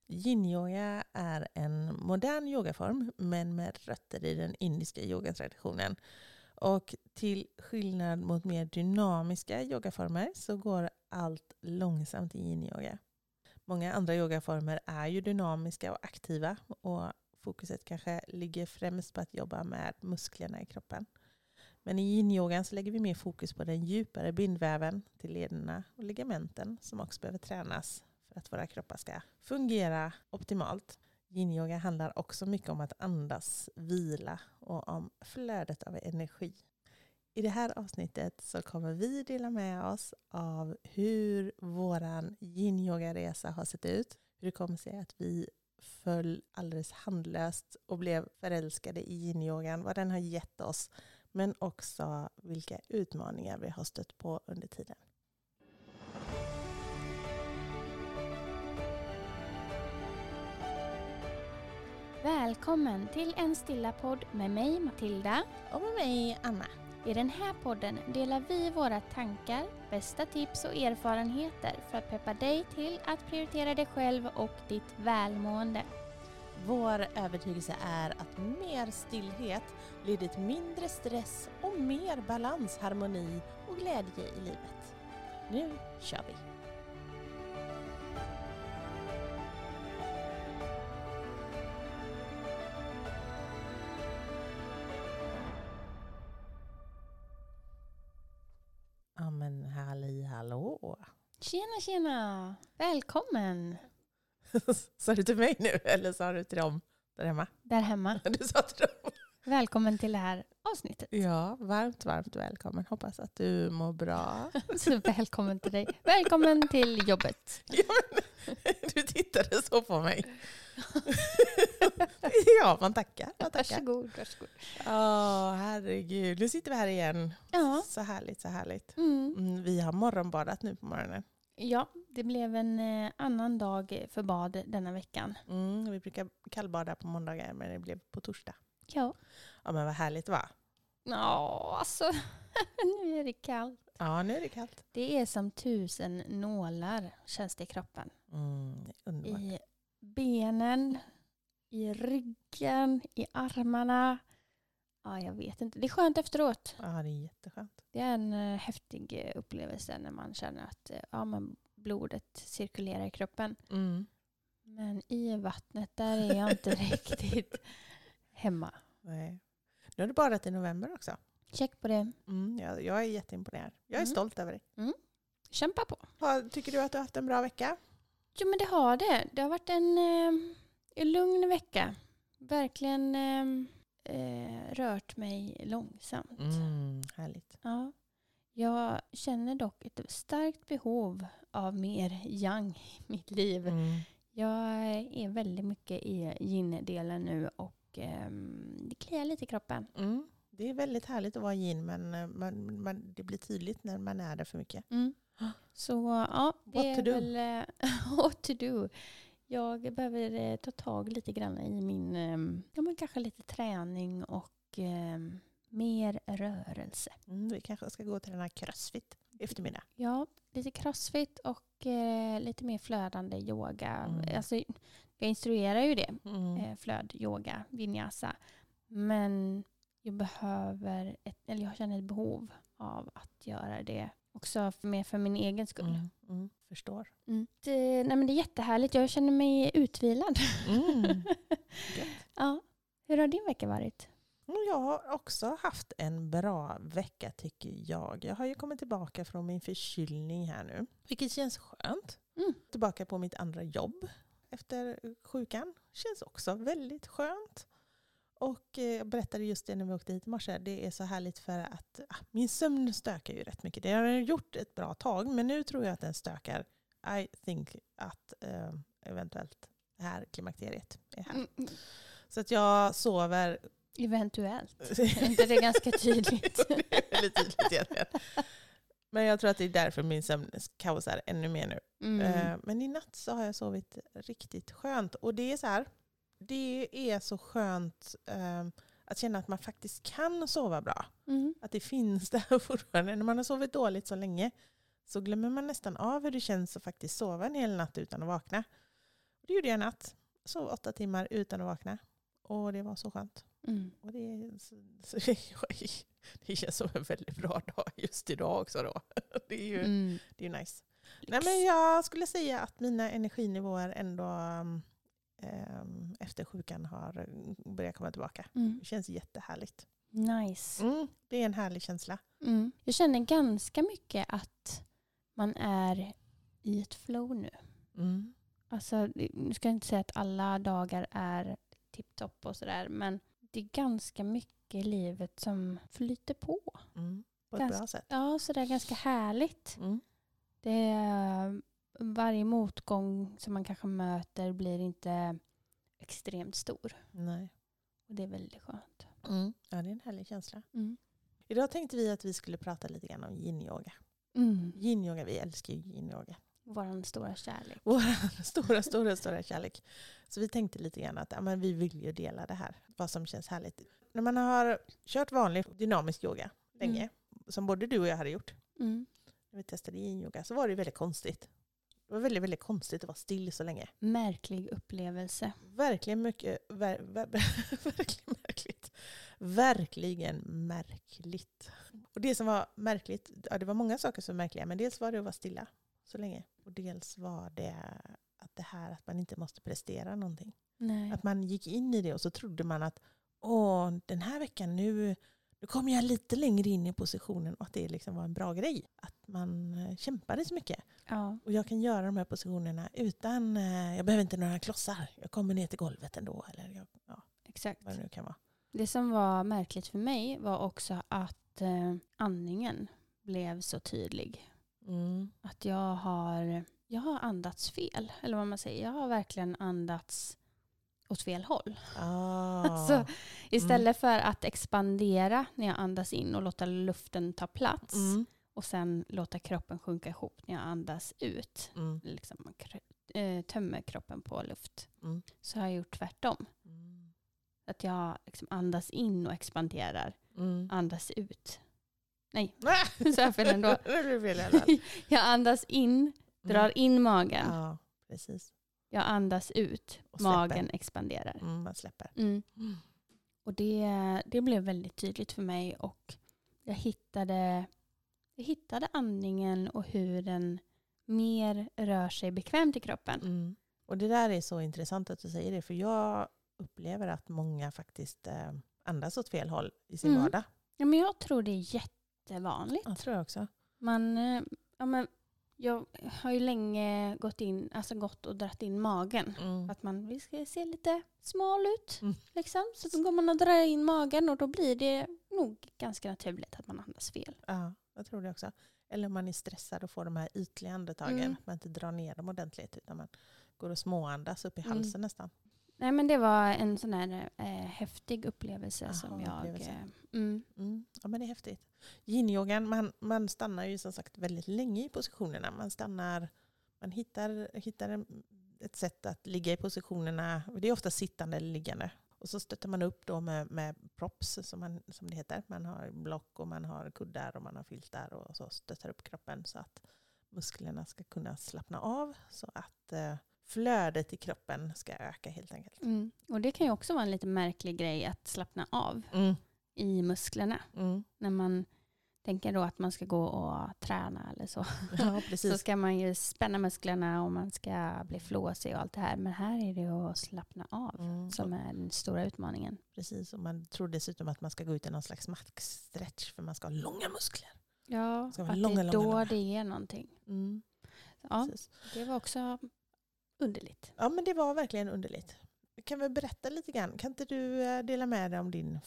Yin-yoga är en modern yogaform men med rötter i den indiska yogatraditionen. Och till skillnad mot mer dynamiska yogaformer så går allt långsamt i yin-yoga. Många andra yogaformer är ju dynamiska och aktiva och fokuset kanske ligger främst på att jobba med musklerna i kroppen. Men i yin-yogan så lägger vi mer fokus på den djupare bindväven till lederna och ligamenten som också behöver tränas för att våra kroppar ska fungera optimalt. Yin-yoga handlar också mycket om att andas, vila och om flödet av energi. I det här avsnittet så kommer vi dela med oss av hur våran yin-yoga-resa har sett ut. Hur det kommer sig att vi föll alldeles handlöst och blev förälskade i yin-yogan. Vad den har gett oss. Men också vilka utmaningar vi har stött på under tiden. Välkommen till en stilla podd med mig Matilda Och med mig Anna. I den här podden delar vi våra tankar, bästa tips och erfarenheter för att peppa dig till att prioritera dig själv och ditt välmående. Vår övertygelse är att mer stillhet leder till mindre stress och mer balans, harmoni och glädje i livet. Nu kör vi! Ja men hallå. Tjena! Välkommen! Sa du till mig nu eller sa du till dem där hemma? Där hemma. Du sa till dem. Välkommen till det här avsnittet. Ja, varmt välkommen. Hoppas att du mår bra. Så välkommen till dig. Välkommen till jobbet. Ja, men, du tittade så på mig. Ja, man tackar. Varsågod. Herregud. Nu sitter vi här igen. Ja. Så härligt. Vi har morgonbadat nu på morgonen. Ja, det blev en annan dag för bad denna veckan. Vi brukar kallbada på måndagar, men det blev på torsdag. Ja. Ja, men vad härligt va? Ja, alltså nu är det kallt. Ja, nu är det kallt. Det är som 1000 nålar känns det i kroppen. Underbart. I benen, i ryggen, i armarna. Ja, jag vet inte. Det är skönt efteråt. Ja, det är jätteskönt. Det är en häftig upplevelse när man känner att blodet cirkulerar i kroppen. Men i vattnet, där är jag inte riktigt hemma. Nej. Nu har du badat i november också. Check på det. Jag är jätteimponerad. Jag är stolt över dig. Kämpa på. Tycker du att du har haft en bra vecka? Jo, men det har det. Det har varit en lugn vecka. Verkligen rört mig långsamt. Härligt. Ja. Jag känner dock ett starkt behov av mer yang i mitt liv. Jag är väldigt mycket i yin-delen nu och det kliar lite i kroppen. Det är väldigt härligt att vara yin, men det blir tydligt när man är där för mycket. Så ja, det What to är väl what to do. Jag behöver ta tag lite grann i min, men kanske lite träning och mer rörelse. Vi kanske ska gå till den här crossfit eftermiddag. Ja, lite crossfit och lite mer flödande yoga. Alltså, jag instruerar ju det. Flöd, yoga, vinyasa. Men jag känner ett behov av att göra det också mer för min egen skull. Förstår. Nej, men det är jättehärligt. Jag känner mig utvilad. Ja. Hur har din vecka varit? Jag har också haft en bra vecka tycker jag. Jag har ju kommit tillbaka från min förkylning här nu. Vilket känns skönt. Tillbaka på mitt andra jobb efter sjukan. Känns också väldigt skönt. Och jag berättade just det när vi åkte hit i morse. Det är så härligt för att min sömn stökar ju rätt mycket. Det har jag gjort ett bra tag. Men nu tror jag att den stökar. I think att eventuellt det här klimakteriet är här. Så att jag sover. Eventuellt. Inte det är ganska tydligt. Det är väldigt tydligt egentligen. Men jag tror att det är därför min sömn kaosar ännu mer nu. Men i natt så har jag sovit riktigt skönt. Och det är så här. Det är så skönt att känna att man faktiskt kan sova bra. Att det finns där fortfarande. När man har sovit dåligt så länge så glömmer man nästan av hur det känns att faktiskt sova en hel natt utan att vakna. Det gjorde jag en natt. Sov 8 timmar utan att vakna. Och det var så skönt. Och det känns som en väldigt bra dag just idag också då. Det är ju nice. Nej, men jag skulle säga att mina energinivåer ändå efter sjukan har börjat komma tillbaka. Det känns jättehärligt. Nice. Det är en härlig känsla. Jag känner ganska mycket att man är i ett flow nu. Alltså, nu ska jag inte säga att alla dagar är tipptopp och sådär, men det är ganska mycket i livet som flyter på. På ett bra sätt. Ja, så det är ganska härligt. Det är, varje motgång som man kanske möter blir inte extremt stor. Nej. Och det är väldigt skönt. Ja, det är en härlig känsla. Idag tänkte vi att vi skulle prata lite grann om yin-yoga. Yin-yoga, vi älskar ju yin-yoga. Vår stora kärlek. Vår stora kärlek. Så vi tänkte lite grann att men vi vill ju dela det här. Vad som känns härligt. När man har kört vanlig dynamisk yoga länge, som både du och jag hade gjort. När vi testade yin-yoga så var det väldigt konstigt. Det var väldigt, väldigt konstigt att vara still så länge. Märklig upplevelse. Verkligen mycket. Verkligen märkligt. Verkligen märkligt. Och det som var märkligt, det var många saker som var märkliga. Men dels var det att vara stilla så länge. Och dels var det att man inte måste prestera någonting. Nej. Att man gick in i det och så trodde man att den här veckan nu kommer jag lite längre in i positionen och att det liksom var en bra grej. Att man kämpade så mycket. Ja. Och jag kan göra de här positionerna utan, jag behöver inte några klossar. Jag kommer ner till golvet ändå. Eller Exakt. vad det nu kan vara. Det som var märkligt för mig var också att andningen blev så tydlig. Att jag har andats fel. Eller vad man säger. Jag har verkligen andats åt fel håll. Alltså, istället för att expandera när jag andas in och låta luften ta plats och sen låta kroppen sjunka ihop när jag andas ut. Liksom tömmer kroppen på luft. Så har jag gjort tvärtom. Att jag liksom andas in och expanderar. Andas ut. Nej, så jag fel ändå. Jag andas in, drar in magen. Ja, precis. Jag andas ut, magen expanderar. Man släpper. Och det blev väldigt tydligt för mig. Och jag hittade andningen och hur den mer rör sig bekvämt i kroppen. Och det där är så intressant att du säger det. För jag upplever att många faktiskt andas åt fel håll i sin vardag. Ja, men jag tror det är jättevanligt. Jag tror också. Jag har ju länge gått och dratt in magen. Att vi ska se lite smal ut. Liksom. Så då går man och drar in magen och då blir det nog ganska naturligt att man andas fel. Ja, jag tror det också. Eller man är stressad och får de här ytliga andetagen. Att man inte drar ner dem ordentligt utan man går och småandas upp i halsen nästan. Nej, men det var en sån här häftig upplevelse som jag... Ja, men det är häftigt. Yin-yogan, man stannar ju som sagt väldigt länge i positionerna. Man hittar ett sätt att ligga i positionerna. Det är ofta sittande eller liggande. Och så stöter man upp då med props som det heter. Man har block och man har kuddar och man har filtar och så stöter upp kroppen så att musklerna ska kunna slappna av så att flödet i kroppen ska öka helt enkelt. Och det kan ju också vara en lite märklig grej att slappna av i musklerna. När man tänker då att man ska gå och träna eller så. Ja, precis. Så ska man ju spänna musklerna och man ska bli flåsig och allt det här. Men här är det att slappna av som är den stora utmaningen. Precis, och man tror dessutom att man ska gå ut i någon slags maxstretch för man ska ha långa muskler. Ja, att långa, det är då det ger någonting. Ja, precis. Det var också underligt. Ja, men det var verkligen underligt. Kan vi berätta lite grann? Kan inte du dela med dig om din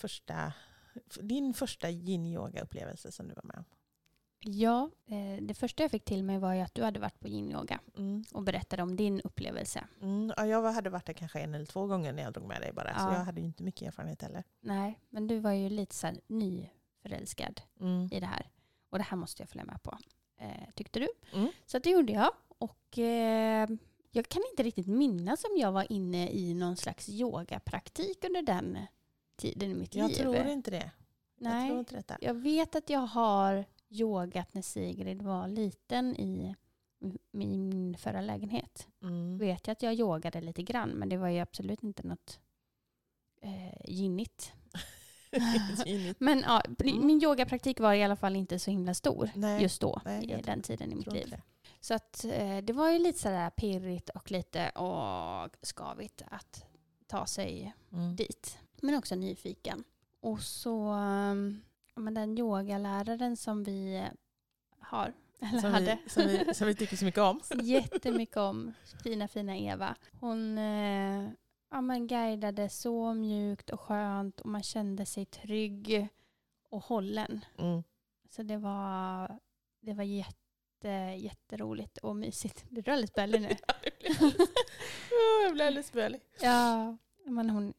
första yin-yoga-upplevelse som du var med om? Ja, det första jag fick till mig var ju att du hade varit på yin-yoga och berättade om din upplevelse. Ja, jag hade varit där kanske 1 eller 2 gånger när jag drog med dig bara. Ja. Så jag hade ju inte mycket erfarenhet heller. Nej, men du var ju lite så här nyförälskad i det här. Och det här måste jag följa med på, tyckte du. Så det gjorde jag. Och jag kan inte riktigt minnas om jag var inne i någon slags yogapraktik under den tiden i mitt liv. Jag tror inte det. Nej, jag tror inte detta. Jag vet att jag har yogat när Sigrid var liten i min förra lägenhet. Mm. Vet jag att jag yogade lite grann, men det var ju absolut inte något ginnigt. Men ja, min yogapraktik var i alla fall inte så himla stor just då, i den tiden i mitt liv. Så att det var ju lite sådär pirrigt och lite skavigt att ta sig dit. Men också nyfiken. Och så men den yogaläraren som vi har, eller som vi tycker så mycket om. Jättemycket om. Fina Eva. Hon man guidade så mjukt och skönt och man kände sig trygg och hållen. Så det var jätteroligt och mysigt. Blir du alldeles bällig nu? Jag blir alldeles bällig. Ja, men hon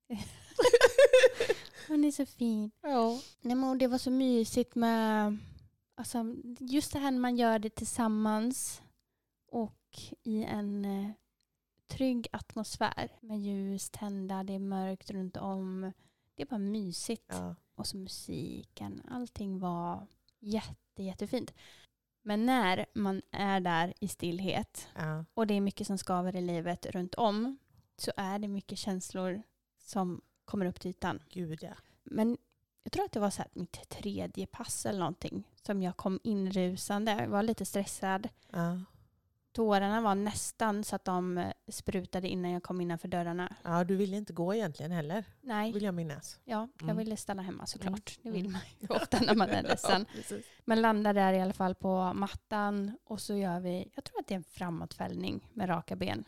är så fin. Ja. Nej, men det var så mysigt med alltså, just det här när man gör det tillsammans och i en trygg atmosfär med ljus tända, det är mörkt runt om. Det är bara mysigt. Ja. Och så musiken, allting var jättefint. Men när man är där i stillhet och det är mycket som skaver i livet runt om, så är det mycket känslor som kommer upp till ytan. Gud, ja. Men jag tror att det var så här mitt 3:e pass eller någonting som jag kom inrusande. Jag var lite stressad. Ja. Tårarna var nästan så att de sprutade innan jag kom innanför dörrarna. Ja, du ville inte gå egentligen heller. Nej. Vill jag minnas. Ja, jag ville stanna hemma såklart. Det vill man ju ofta när man är ledsen. Ja, men landar där i alla fall på mattan och så gör vi, jag tror att det är en framåtfällning med raka ben.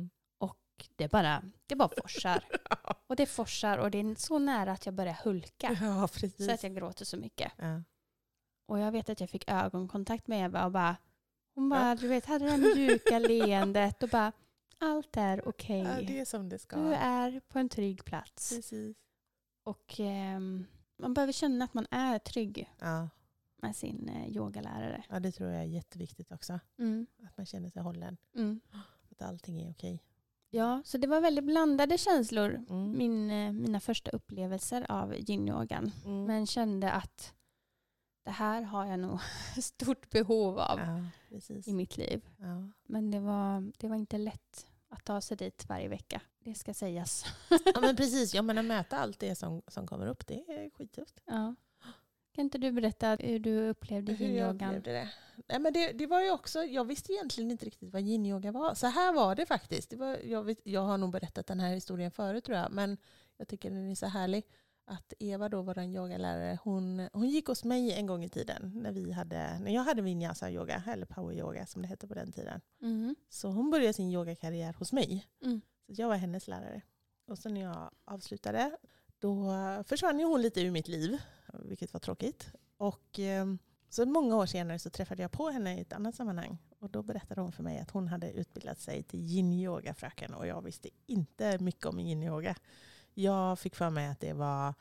Och det bara forsar. Och det forsar och det är så nära att jag börjar hulka. Ja, precis. Så att jag gråter så mycket. Ja. Och jag vet att jag fick ögonkontakt med Eva och hon bara, du vet, hade det här mjuka leendet och bara, allt är okej. Ja, det är som det ska. Du är på en trygg plats. Precis. Och man behöver känna att man är trygg med sin yogalärare. Ja, det tror jag är jätteviktigt också. Att man känner sig hållen. Att allting är okej. Ja, så det var väldigt blandade känslor. Mina första upplevelser av yin-yogan. Men kände att det här har jag nog stort behov av i mitt liv. Ja. Men det var inte lätt att ta sig dit varje vecka. Det ska sägas. Ja, men precis. Jag menar, möta allt det som kommer upp. Det är skittufft. Ja. Kan inte du berätta hur du upplevde yin-yogan? Nej, men det var ju också, jag visste egentligen inte riktigt vad yin-yoga var. Så här var det faktiskt. Jag har nog berättat den här historien förut, tror jag. Men jag tycker den är så härlig. Att Eva då, vår yogalärare, hon gick hos mig en gång i tiden när jag hade vinyasa yoga, eller power yoga som det hette på den tiden. Så hon började sin yogakarriär hos mig. Så jag var hennes lärare. Och sen när jag avslutade, då försvann ju hon lite ur mitt liv, vilket var tråkigt. Och så många år senare så träffade jag på henne i ett annat sammanhang. Och då berättade hon för mig att hon hade utbildat sig till yin-yoga-fröken. Och jag visste inte mycket om yin-yoga. Jag fick för mig att det var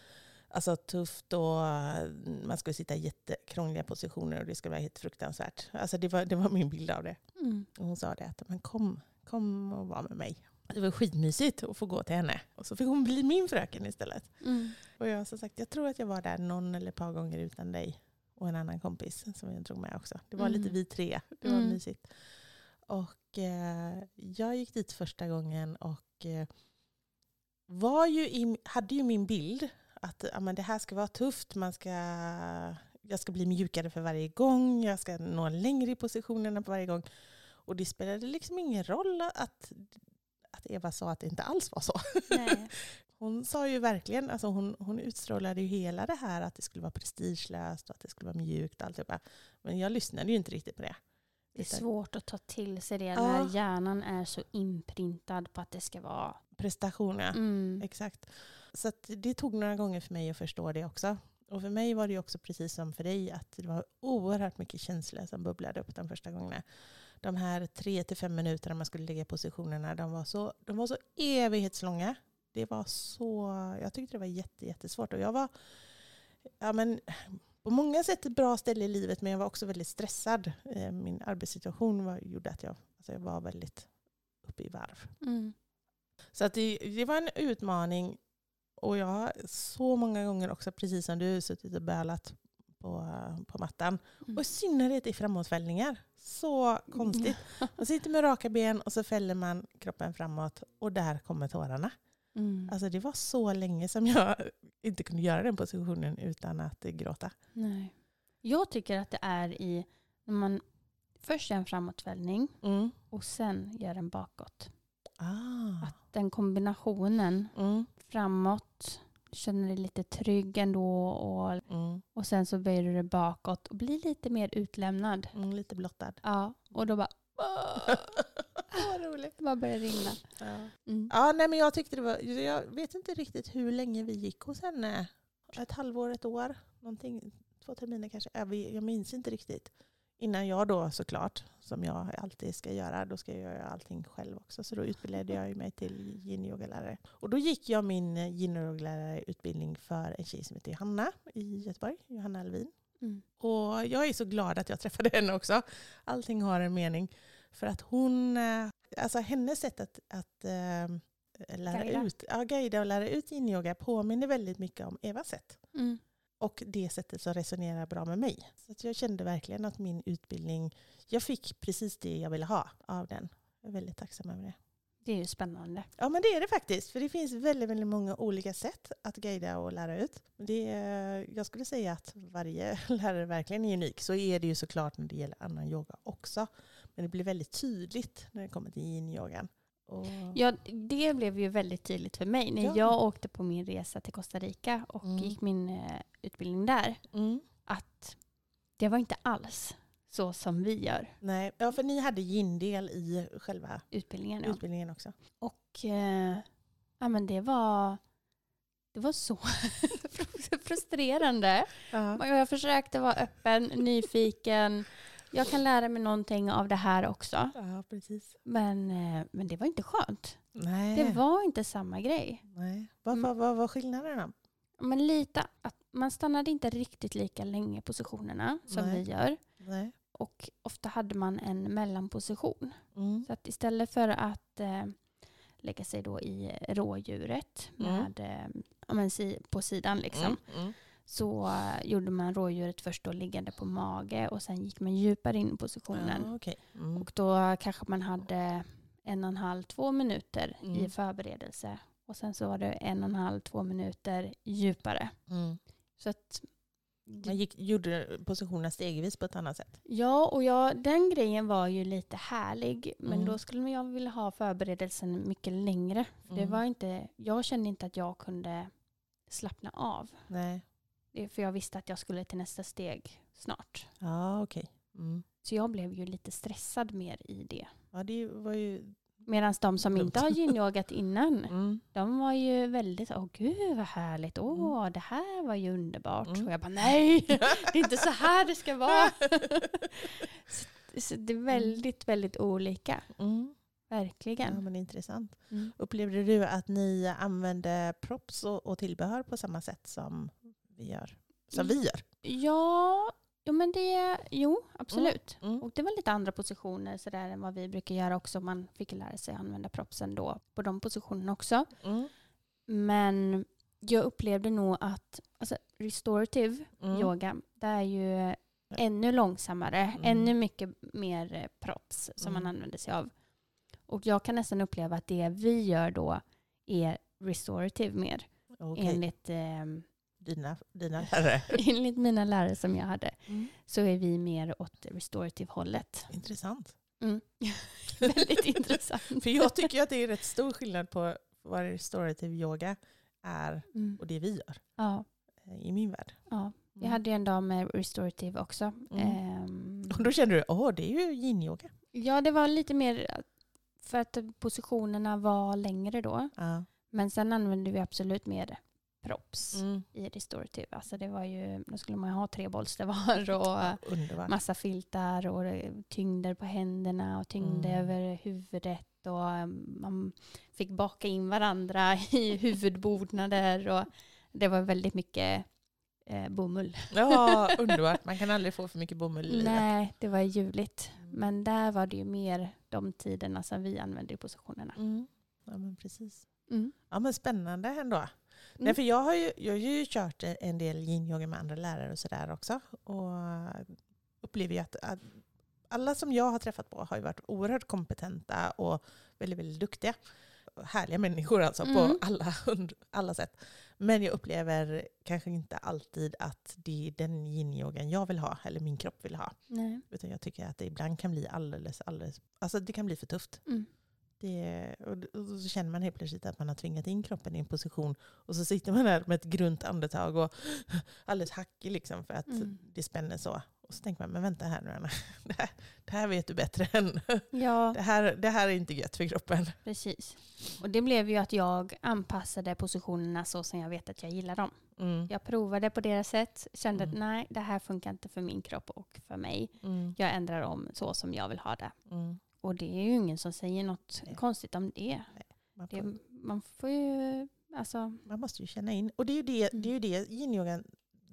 tufft och man skulle sitta i jättekrångliga positioner och det skulle vara helt fruktansvärt. Alltså det var min bild av det. Och hon sa det att men kom och var med mig. Det var skitmysigt att få gå till henne. Och så fick hon bli min fröken istället. Och jag som sagt, jag tror att jag var där någon eller ett par gånger utan dig och en annan kompis som jag drog med också. Det var lite vi tre. Det var mysigt. Och jag gick dit första gången och hade ju min bild att det här ska vara tufft. Jag ska bli mjukare för varje gång. Jag ska nå längre i positionerna på varje gång. Och det spelade liksom ingen roll att Eva sa att det inte alls var så. Nej. Hon sa ju verkligen, alltså hon utstrålade ju hela det här att det skulle vara prestigelöst och att det skulle vara mjukt och alltihopa. Men jag lyssnade ju inte riktigt på det. Det är svårt att ta till sig det när hjärnan är så inprintad på att det ska vara prestation. Ja. Exakt. Så att det tog några gånger för mig att förstå det också. Och för mig var det ju också precis som för dig att det var oerhört mycket känslor som bubblade upp de första gångerna. De här 3-5 minuterna man skulle ligga i positionerna, de var så evighetslånga. Jag tyckte det var jättesvårt. Och jag var på många sätt ett bra ställe i livet, men jag var också väldigt stressad. Min arbetssituation gjorde att jag var väldigt uppe i varv. Så att det var en utmaning. Och jag har så många gånger också, precis som du, suttit och bölat på mattan. Och i synnerhet i framåtfällningar. Så konstigt. Man sitter med raka ben och så fäller man kroppen framåt och där kommer tårarna. Alltså det var så länge som jag inte kunde göra den positionen utan att gråta. Nej. Jag tycker att det är när man först gör en framåtfällning och sen gör en bakåt. Att den kombinationen framåt, känner dig lite trygg ändå och sen så böjer du det bakåt och blir lite mer utlämnad. Lite blottad. Ja, och då bara vad roligt. Det bara började rinna. Ja, nej, men jag tyckte det var, jag vet inte riktigt hur länge vi gick hos henne. Ett halvår, ett år, någonting, 2 terminer kanske. Jag minns inte riktigt. Innan jag då såklart, som jag alltid ska göra, då ska jag göra allting själv också. Så då utbildade jag mig till yin-yogalärare. Och då gick jag min yin-yogalärarutbildning för en tjej som heter Johanna i Göteborg, Johanna Alvin. Och jag är så glad att jag träffade henne också. Allting har en mening. För att hon, alltså hennes sätt att guida och lära ut yin-yoga påminner väldigt mycket om Evas sätt. Och det sättet som resonerar bra med mig. Så att jag kände verkligen att min utbildning, jag fick precis det jag ville ha av den. Jag är väldigt tacksam över det. Det är ju spännande. Ja, men det är det faktiskt. För det finns väldigt, väldigt många olika sätt att guida och lära ut. Jag skulle säga att varje lärare verkligen är unik. Så är det ju såklart när det gäller annan yoga också. Men det blir väldigt tydligt när det kommer till yin-yogan. Ja, det blev ju väldigt tydligt för mig när jag åkte på min resa till Costa Rica och gick min utbildning där. Att det var inte alls så som vi gör. Nej, ja, för ni hade yin-del i själva utbildningen också. Och men det var så frustrerande. Jag försökte vara öppen, nyfiken. Jag kan lära mig någonting av det här också. Ja, precis. Men det var inte skönt. Nej. Det var inte samma grej. Nej. Vad var skillnaderna? Men lite att man stannade inte riktigt lika länge i positionerna som vi gör. Nej. Och ofta hade man en mellanposition. Så att istället för att lägga sig då i rådjuret på sidan liksom. Så gjorde man rådjuret först då liggande på mage och sen gick man djupare in i positionen. Och då kanske man hade 1,5-2 minuter i förberedelse. Och sen så var det 1,5-2 minuter djupare. Så att man gjorde positionerna stegvis på ett annat sätt. Ja, och den grejen var ju lite härlig. Men då skulle jag vilja ha förberedelsen mycket längre. För det var jag kände inte att jag kunde slappna av. Nej. För jag visste att jag skulle till nästa steg snart. Ja, okej. Så jag blev ju lite stressad mer i det. Ja, det var ju... Medan de som inte har yin-yogat innan, de var ju väldigt, gud vad härligt, det här var ju underbart. Och jag bara, nej, det är inte så här det ska vara. så det är väldigt, väldigt olika. Verkligen. Ja, men intressant. Upplevde du att ni använde props och tillbehör på samma sätt som vi gör? Ja, men absolut. Och det var lite andra positioner så där än vad vi brukar göra också. Man fick lära sig att använda propsen då på de positionerna också. Men jag upplevde nog att restorative yoga, det är ju ännu långsammare, ännu mycket mer props som man använder sig av. Och jag kan nästan uppleva att det vi gör då är restorative mer. Enligt dina lärare. Enligt mina lärare som jag hade så är vi mer åt restorative hållet. Intressant. Väldigt intressant. För jag tycker att det är rätt stor skillnad på vad restorative yoga är och det vi gör. Ja. I min värld. Ja. Jag hade ju en dag med restorative också. Och då kände du, det är ju yin-yoga. Ja, det var lite mer för att positionerna var längre då. Men sen använde vi absolut mer props i restorative. Alltså det var ju, då skulle man ha 3 bolster och massa filtar och tyngder på händerna och tyngder över huvudet och man fick baka in varandra i huvudbodnader och det var väldigt mycket bomull. Ja, underbart. Man kan aldrig få för mycket bomull i livet. Nej, det var ljuvligt. Men där var det ju mer de tiderna som vi använde i positionerna. Ja, men precis. Ja, men spännande ändå. Nej, för jag har ju kört en del yin-yoga med andra lärare och sådär också. Och upplever ju att alla som jag har träffat på har ju varit oerhört kompetenta och väldigt, väldigt duktiga. Härliga människor alltså på alla sätt. Men jag upplever kanske inte alltid att det är den yin-yogan jag vill ha eller min kropp vill ha. Nej. Utan jag tycker att det ibland kan bli alldeles, alltså det kan bli för tufft. Och så känner man helt plötsligt att man har tvingat in kroppen i en position och så sitter man där med ett grunt andetag och alldeles hackig liksom för att det spänner så. Och så tänker man, men vänta här nu Anna, det här vet du bättre än. Ja. Det här är inte gött för kroppen. Precis. Och det blev ju att jag anpassade positionerna så som jag vet att jag gillar dem. Jag provade på deras sätt, kände att nej, det här funkar inte för min kropp och för mig. Jag ändrar om så som jag vill ha det. Och det är ju ingen som säger något konstigt om det. Man får ju... Alltså... Man måste ju känna in. Och det är ju det yin-yogan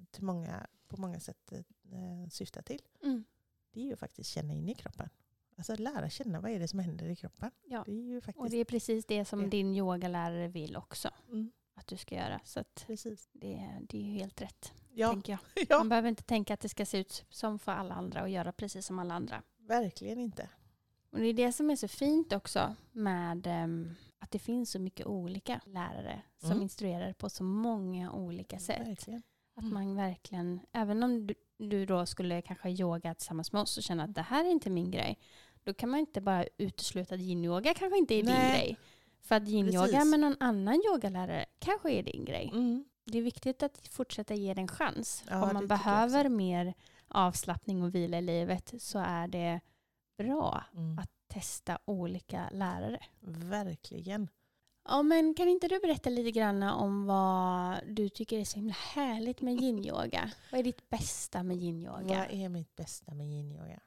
på många sätt syftar till. Det är ju faktiskt känna in i kroppen. Alltså lära känna vad är det som händer i kroppen. Ja. Det är ju faktiskt... Och det är precis det som din yogalärare vill också. Att du ska göra. Så att det är ju helt rätt. Tänker jag. Ja. Man behöver inte tänka att det ska se ut som för alla andra och göra precis som alla andra. Verkligen inte. Och det är det som är så fint också med att det finns så mycket olika lärare som instruerar på så många olika sätt. Verkligen. Att man verkligen, även om du då skulle kanske yoga tillsammans med oss och känna att det här är inte min grej, då kan man inte bara utesluta att yin-yoga kanske inte är din grej. För att yin-yoga med någon annan yogalärare kanske är din grej. Det är viktigt att fortsätta ge den en chans. Om man behöver mer avslappning och vila i livet så är det bra att testa olika lärare. Verkligen. Ja, men kan inte du berätta lite grann om vad du tycker är så himla härligt med yin-yoga? Vad är ditt bästa med yin-yoga? Vad är mitt bästa med yin-yoga?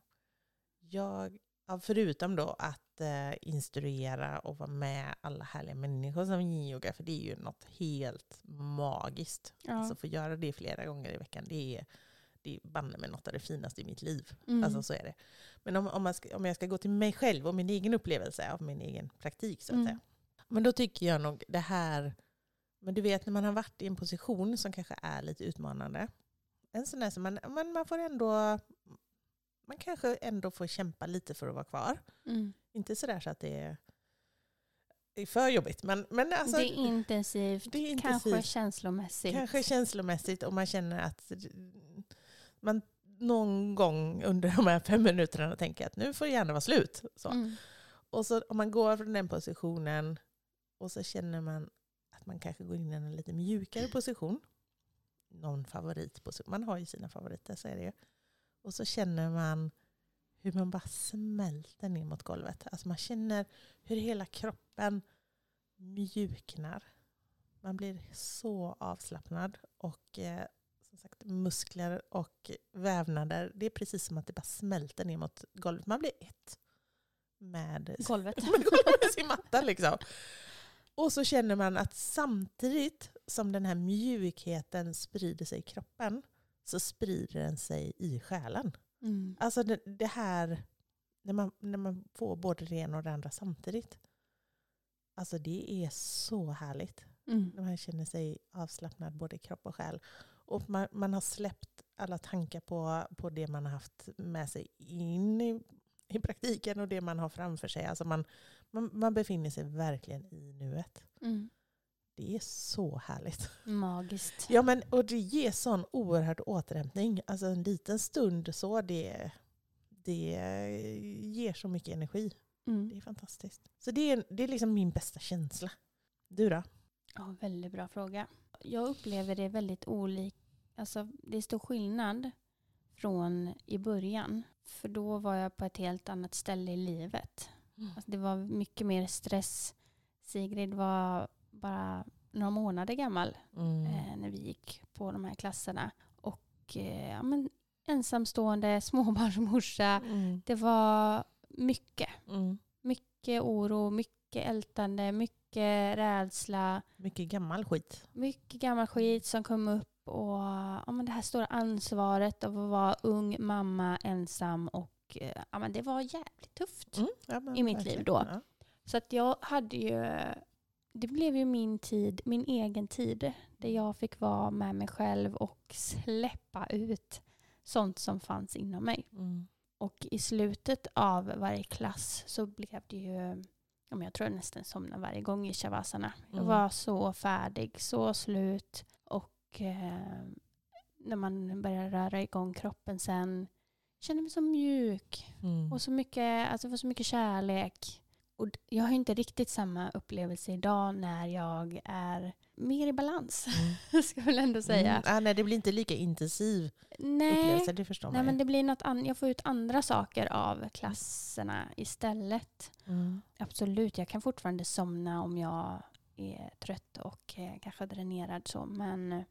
Förutom då att instruera och vara med alla härliga människor som yin-yoga, för det är ju något helt magiskt. Alltså få göra det flera gånger i veckan, det är banne med något av det finaste i mitt liv. Alltså så är det. Men om jag ska gå till mig själv och min egen upplevelse av min egen praktik så att säga. Men då tycker jag nog det här, men du vet när man har varit i en position som kanske är lite utmanande. En sån där som man får ändå, man kanske ändå får kämpa lite för att vara kvar. Inte sådär så att det är för jobbigt. Men alltså, det är intensivt, kanske känslomässigt. Kanske känslomässigt och man känner att man någon gång under de här 5 minuterna tänker att nu får det gärna vara slut. Så. Och så om man går från den positionen och så känner man att man kanske går in i en lite mjukare position. Någon favoritposition. Man har ju sina favoriter, så är det ju. Och så känner man hur man bara smälter ner mot golvet. Alltså man känner hur hela kroppen mjuknar. Man blir så avslappnad och som sagt muskler och vävnader. Det är precis som att det bara smälter ner mot golvet. Man blir ett med golvet. med sin matta liksom. Och så känner man att samtidigt som den här mjukheten sprider sig i kroppen så sprider den sig i själen. Alltså det här när man får både det ena och det andra samtidigt. Alltså det är så härligt. När man känner sig avslappnad både i kropp och själ. Och man har släppt alla tankar på det man har haft med sig in i praktiken och det man har framför sig. Alltså man befinner sig verkligen i nuet. Det är så härligt. Magiskt. Ja, men och det ger sån oerhörd återhämtning. Alltså en liten stund så det ger så mycket energi. Det är fantastiskt. Så det är liksom min bästa känsla. Du då? Ja, väldigt bra fråga. Jag upplever det väldigt olikt. Alltså det är stor skillnad från i början. För då var jag på ett helt annat ställe i livet. Alltså, det var mycket mer stress. Sigrid var bara några månader gammal när vi gick på de här klasserna. Och ensamstående, småbarnsmorsa. Det var mycket. Mycket oro, mycket ältande, mycket rädsla. Mycket gammal skit. Mycket gammal skit som kom upp. Och det här stora ansvaret av att vara ung mamma, ensam. Och det var jävligt tufft i mitt liv då. Ja. Så att jag hade ju det blev ju min egen tid. Där jag fick vara med mig själv och släppa ut sånt som fanns inom mig. Mm. Och i slutet av varje klass så blev det ju, jag tror jag nästan somnade varje gång i shavasana. Jag var så färdig, så slut. Och när man började röra igång kroppen sen, kände mig så mjuk. Och så mycket, alltså det var så mycket kärlek. Och jag har inte riktigt samma upplevelse idag när jag är mer i balans. Ska jag väl ändå säga. Nej, det blir inte lika intensiv upplevelse, det förstår man. Nej, men det blir jag får ut andra saker av klasserna istället. Absolut, jag kan fortfarande somna om jag är trött och kanske dränerad så. Men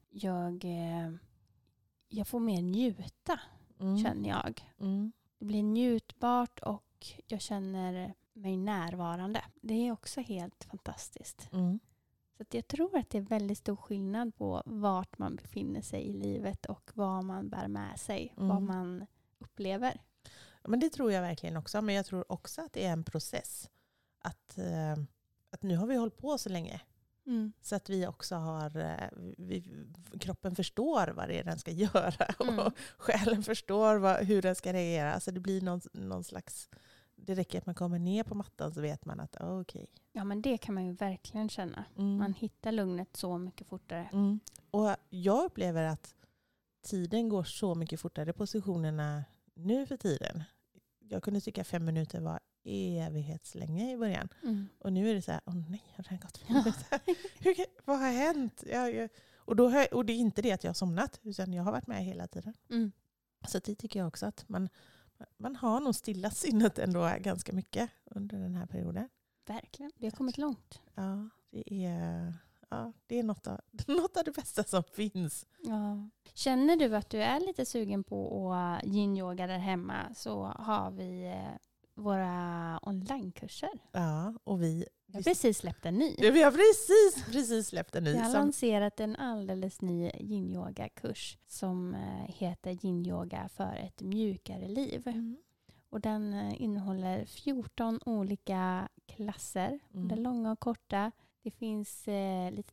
jag får mer njuta, känner jag. Det blir njutbart och jag känner mig närvarande. Det är också helt fantastiskt. Så att jag tror att det är väldigt stor skillnad på vart man befinner sig i livet och vad man bär med sig. Vad man upplever. Men det tror jag verkligen också. Men jag tror också att det är en process. Att nu har vi hållit på så länge. Så att vi också har... kroppen förstår vad det är den ska göra. Och själen förstår hur den ska reagera. Alltså det blir någon slags... Det räcker att man kommer ner på mattan så vet man att okej. Ja, men det kan man ju verkligen känna. Man hittar lugnet så mycket fortare. Och jag upplever att tiden går så mycket fortare. Positionerna nu för tiden. Jag kunde tycka 5 minuter var evighetslänge i början. Och nu är det så här, nej, har det gått 5 minuter? Vad har hänt? Och det är inte det att jag har somnat, utan jag har varit med hela tiden. Så det tycker jag också att man har nog stilla sinnet ändå ganska mycket under den här perioden. Verkligen. Vi har kommit långt. Ja, det är något av det bästa som finns. Ja. Känner du att du är lite sugen på att yin-yoga där hemma, så har vi våra onlinekurser. Ja, och vi har precis släppt en ny. Vi har precis släppt en ny. Vi har lanserat en alldeles ny yin-yoga-kurs som heter Yin-yoga för ett mjukare liv. Och den innehåller 14 olika klasser, både långa och korta. Det finns lite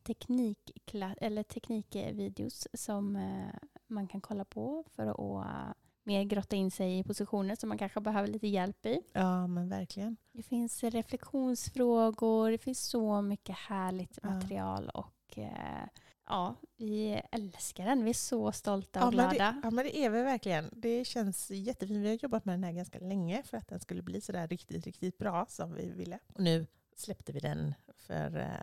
teknikvideos som man kan kolla på för att mer grotta in sig i positioner som man kanske behöver lite hjälp i. Ja, men verkligen. Det finns reflektionsfrågor, det finns så mycket härligt material och vi älskar den. Vi är så stolta och glada. Men det är vi verkligen. Det känns jättefint. Vi har jobbat med den här ganska länge för att den skulle bli så där riktigt, riktigt bra som vi ville. Och nu släppte vi den för...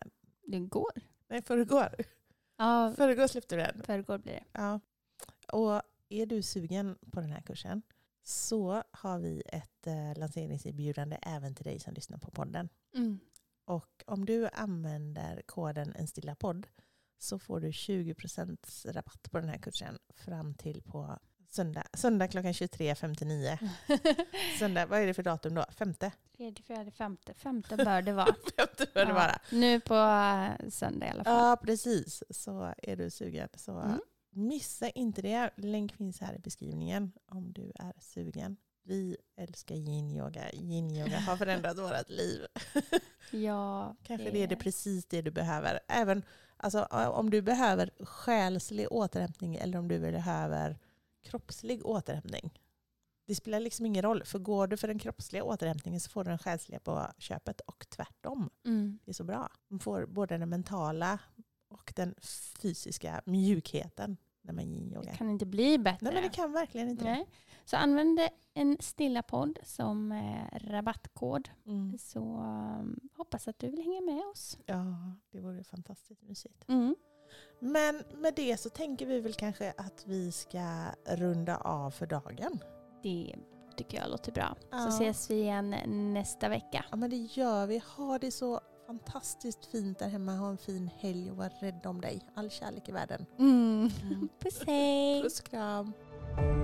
förrgår. Ja, förrgår släppte vi den. Förrgår blir det. Ja. Och är du sugen på den här kursen så har vi ett lanseringserbjudande även till dig som lyssnar på podden. Och om du använder koden En stilla podd så får du 20% rabatt på den här kursen fram till på söndag klockan 23.59. Söndag, vad är det för datum då? 5:e? 3, 4, 5:e bör det vara. 5:e bör det vara. Nu på söndag i alla fall. Ja, precis. Så är du sugen. Så missa inte det. Länk finns här i beskrivningen om du är sugen. Vi älskar yin-yoga. Yin-yoga har förändrat vårt liv. Ja. Kanske det är precis det du behöver. Även alltså, om du behöver själslig återhämtning eller om du behöver kroppslig återhämtning. Det spelar liksom ingen roll. För går du för den kroppsliga återhämtningen så får du den själsliga på köpet och tvärtom. Det är så bra. Man får både den mentala och den fysiska mjukheten när man yin-yogar. Det kan inte bli bättre. Nej, men det kan verkligen inte. Nej. Så använd en stilla podd som rabattkod. Så hoppas att du vill hänga med oss. Ja, det vore fantastiskt mysigt. Men med det så tänker vi väl kanske att vi ska runda av för dagen. Det tycker jag låter bra. Så ses vi igen nästa vecka. Ja, men det gör vi. Ha det så fantastiskt fint där hemma. Ha en fin helg och var rädd om dig. All kärlek i världen. Puss hej. Puss kram.